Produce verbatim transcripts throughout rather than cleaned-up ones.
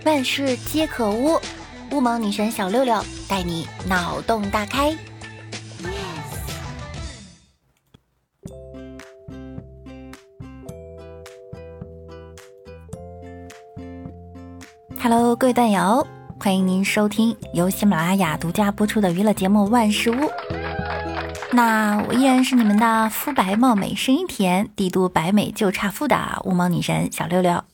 万事皆可污，乌蒙女神小六六带你脑洞大开。Hello， 各位段友，欢迎您收听由喜马拉雅独家播出的娱乐节目《万事屋》。那我依然是你们的肤白貌美、声音甜、帝都白美就差富的乌蒙女神小六六。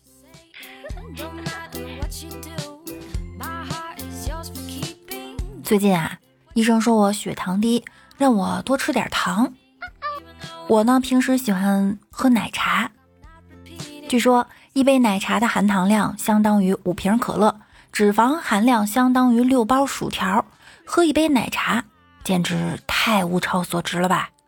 最近啊，医生说我血糖低，让我多吃点糖。我呢，平时喜欢喝奶茶。据说一杯奶茶的含糖量相当于五瓶可乐，脂肪含量相当于六包薯条。喝一杯奶茶，简直太物超所值了吧！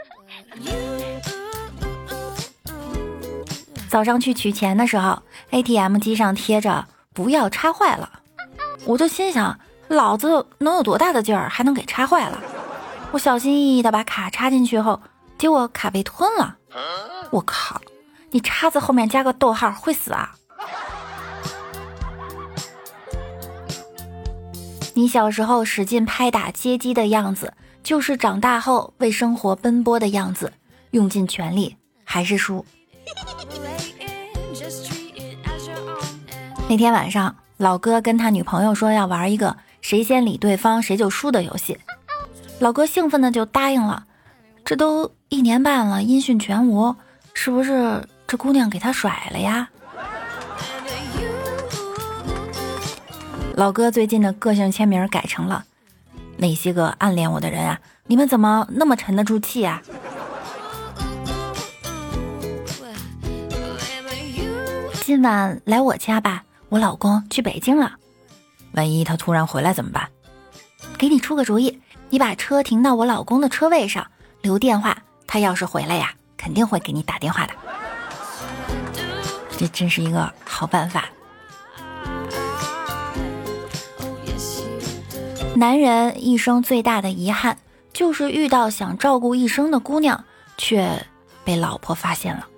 早上去取钱的时候 ，A T M 机上贴着“不要插坏了”，我就心想，老子能有多大的劲儿，还能给插坏了？我小心翼翼的把卡插进去后，结果卡被吞了。我靠！你叉子后面加个逗号会死啊！你小时候使劲拍打街机的样子，就是长大后为生活奔波的样子，用尽全力还是输。那天晚上，老哥跟他女朋友说要玩一个谁先理对方谁就输的游戏，老哥兴奋的就答应了。这都一年半了，音讯全无，是不是这姑娘给他甩了呀？老哥最近的个性签名改成了：那些个暗恋我的人啊，你们怎么那么沉得住气啊？今晚来我家吧，我老公去北京了。万一他突然回来怎么办？给你出个主意，你把车停到我老公的车位上，留电话，他要是回来呀，肯定会给你打电话的。这真是一个好办法。男人一生最大的遗憾，就是遇到想照顾一生的姑娘，却被老婆发现了。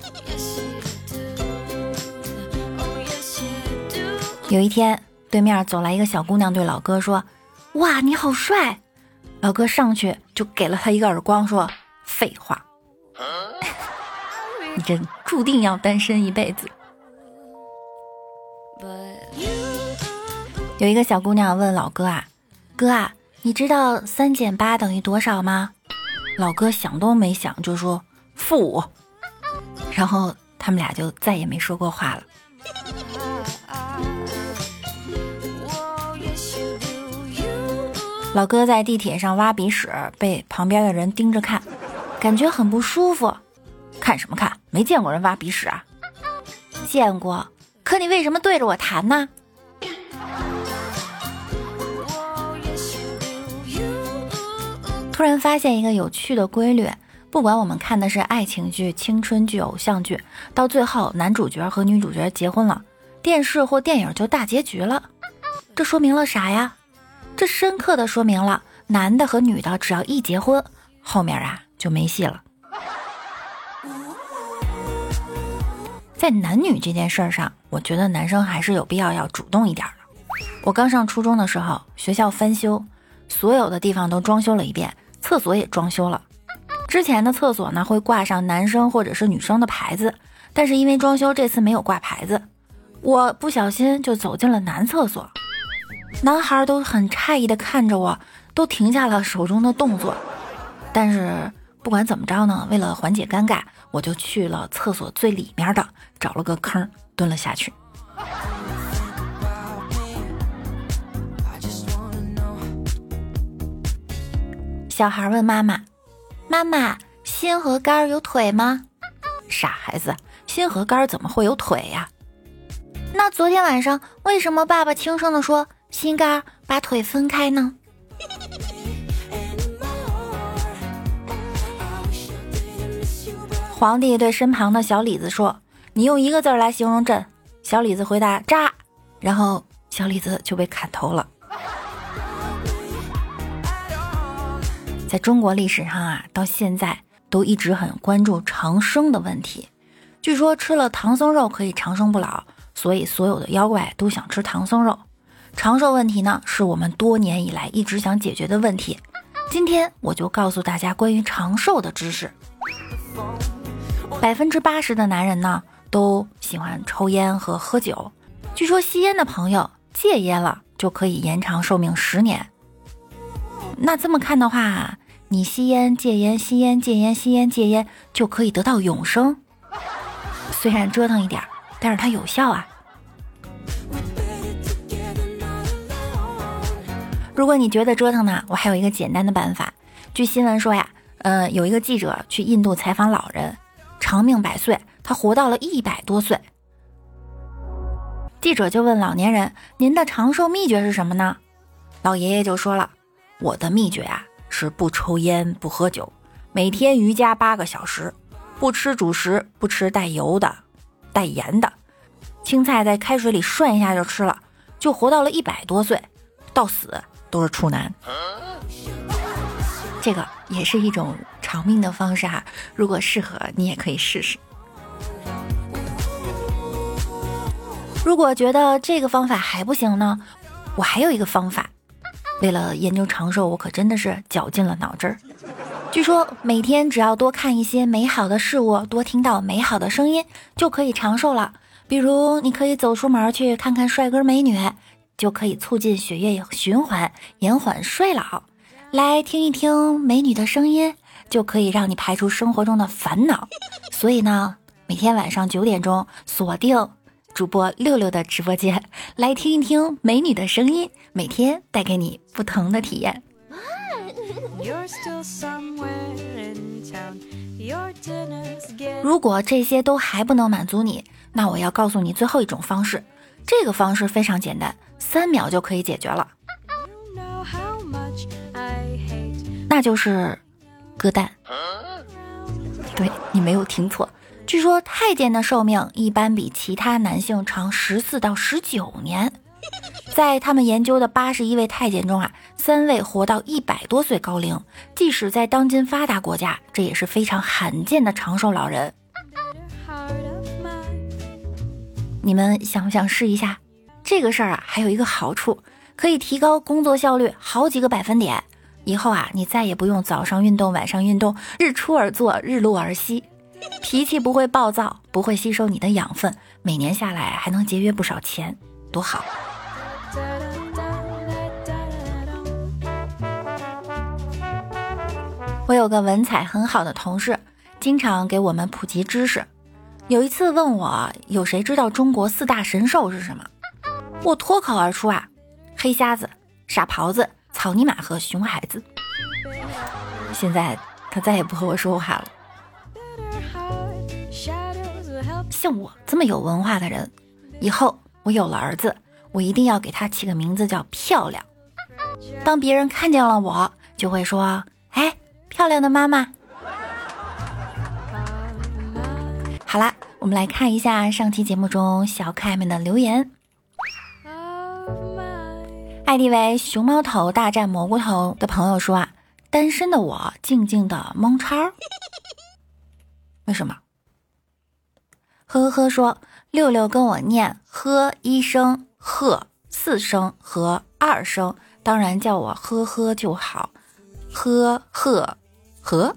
有一天，对面走来一个小姑娘，对老哥说：哇，你好帅！老哥上去就给了他一个耳光，说：废话，你真注定要单身一辈子。有一个小姑娘问老哥啊，哥啊，你知道三减八等于多少吗？老哥想都没想就说负五，然后他们俩就再也没说过话了。老哥在地铁上挖鼻屎，被旁边的人盯着看，感觉很不舒服。看什么看？没见过人挖鼻屎啊？见过，可你为什么对着我弹呢？突然发现一个有趣的规律，不管我们看的是爱情剧、青春剧、偶像剧，到最后男主角和女主角结婚了，电视或电影就大结局了。这说明了啥呀？这深刻的说明了男的和女的只要一结婚，后面啊就没戏了。在男女这件事上，我觉得男生还是有必要要主动一点的。我刚上初中的时候，学校翻修，所有的地方都装修了一遍，厕所也装修了。之前的厕所呢会挂上男生或者是女生的牌子，但是因为装修这次没有挂牌子，我不小心就走进了男厕所。男孩都很诧异的看着我，都停下了手中的动作。但是不管怎么着呢，为了缓解尴尬，我就去了厕所最里面的，找了个坑蹲了下去。小孩问妈妈：妈妈，心和肝有腿吗？傻孩子，心和肝怎么会有腿呀？那昨天晚上为什么爸爸轻声地说心肝把腿分开呢？皇帝对身旁的小李子说：你用一个字来形容朕。小李子回答：渣。然后小李子就被砍头了。在中国历史上啊，到现在都一直很关注长生的问题。据说吃了唐僧肉可以长生不老， 所以所有的妖怪都想吃唐僧肉。长寿问题呢，是我们多年以来一直想解决的问题。今天我就告诉大家关于长寿的知识。百分之八十的男人呢，都喜欢抽烟和喝酒。据说吸烟的朋友戒烟了，就可以延长寿命十年。那这么看的话，你吸烟戒烟，吸烟戒烟，吸烟戒烟，就可以得到永生。虽然折腾一点，但是它有效啊。如果你觉得折腾呢，我还有一个简单的办法。据新闻说呀，呃，有一个记者去印度采访老人，长命百岁，他活到了一百多岁。记者就问老年人：“您的长寿秘诀是什么呢？”老爷爷就说了：“我的秘诀啊，是不抽烟不喝酒，每天瑜伽八个小时，不吃主食，不吃带油的带盐的，青菜在开水里涮一下就吃了，就活到了一百多岁，到死都是处男。”这个也是一种长命的方式哈，如果适合你也可以试试。如果觉得这个方法还不行呢，我还有一个方法。为了研究长寿，我可真的是绞尽了脑汁儿。据说每天只要多看一些美好的事物，多听到美好的声音，就可以长寿了。比如你可以走出门去看看帅哥美女，就可以促进血液循环，延缓衰老。来听一听美女的声音，就可以让你排除生活中的烦恼。所以呢，每天晚上九点钟锁定主播六六的直播间，来听一听美女的声音，每天带给你不同的体验。如果这些都还不能满足你，那我要告诉你最后一种方式。这个方式非常简单，三秒就可以解决了，那就是割蛋。对，你没有听错。据说太监的寿命一般比其他男性长十四到十九年，在他们研究的八十一位太监中啊，三位活到一百多岁高龄，即使在当今发达国家，这也是非常罕见的长寿老人。你们想不想试一下？这个事儿啊，还有一个好处，可以提高工作效率好几个百分点。以后啊，你再也不用早上运动晚上运动，日出而作日落而息，脾气不会暴躁，不会吸收你的养分，每年下来还能节约不少钱，多好。我有个文采很好的同事，经常给我们普及知识。有一次问我，有谁知道中国四大神兽是什么？我脱口而出啊，黑瞎子、傻狍子、草泥马和熊孩子。现在他再也不和我说话了。像我这么有文化的人，以后我有了儿子，我一定要给他起个名字叫漂亮。当别人看见了我，就会说：哎，漂亮的妈妈。好啦，我们来看一下上期节目中小可爱们的留言。I D 为熊猫头大战蘑菇头的朋友说啊，单身的我静静的蒙叉。为什么？呵呵说，六六跟我念呵一声呵四声和二声，当然叫我呵呵就好。呵呵呵。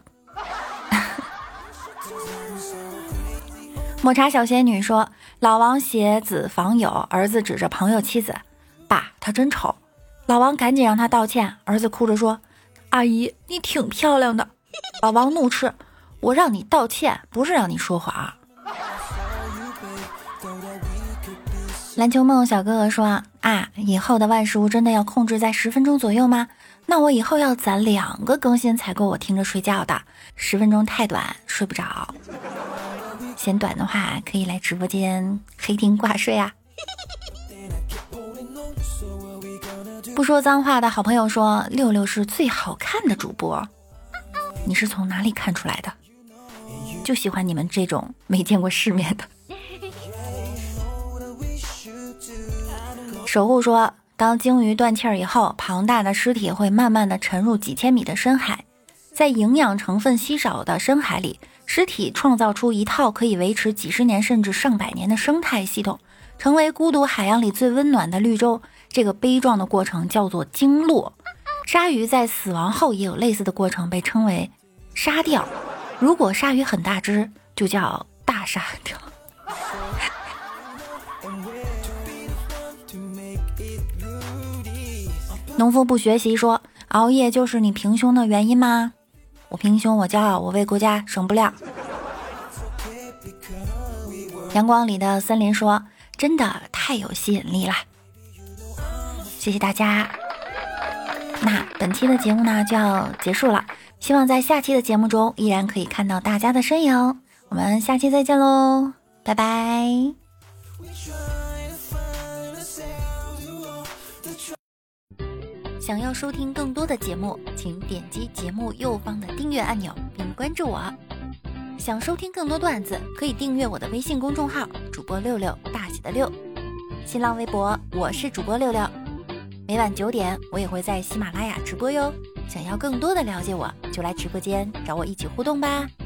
抹茶小仙女说，老王携子访友，儿子指着朋友妻子，爸他真丑。老王赶紧让他道歉，儿子哭着说，阿姨你挺漂亮的。老王怒斥，我让你道歉不是让你说谎。篮球梦小哥哥说啊，以后的万事屋真的要控制在十分钟左右吗？那我以后要攒两个更新才够我听着睡觉的，十分钟太短睡不着。嫌短的话可以来直播间黑听挂睡啊。不说脏话的好朋友说，六六是最好看的主播，你是从哪里看出来的？就喜欢你们这种没见过世面的。守护说，当鲸鱼断气儿以后，庞大的尸体会慢慢的沉入几千米的深海，在营养成分稀少的深海里， 实体创造出一套可以维持几十年甚至上百年的生态系统，成为孤独海洋里最温暖的绿洲。这个悲壮的过程叫做鲸落。鲨鱼在死亡后也有类似的过程，被称为鲨掉。如果鲨鱼很大只，就叫大鲨掉。农夫不学习说，熬夜就是你平胸的原因吗？我平胸我骄傲，我为国家省不了。阳光里的森林说，真的太有吸引力了。谢谢大家。那本期的节目呢就要结束了，希望在下期的节目中依然可以看到大家的身影。我们下期再见喽，拜拜。想要收听更多的节目，请点击节目右方的订阅按钮并关注我。想收听更多段子，可以订阅我的微信公众号主播六六大写的六，新浪微博我是主播六六。每晚九点我也会在喜马拉雅直播哟，想要更多的了解我，就来直播间找我一起互动吧。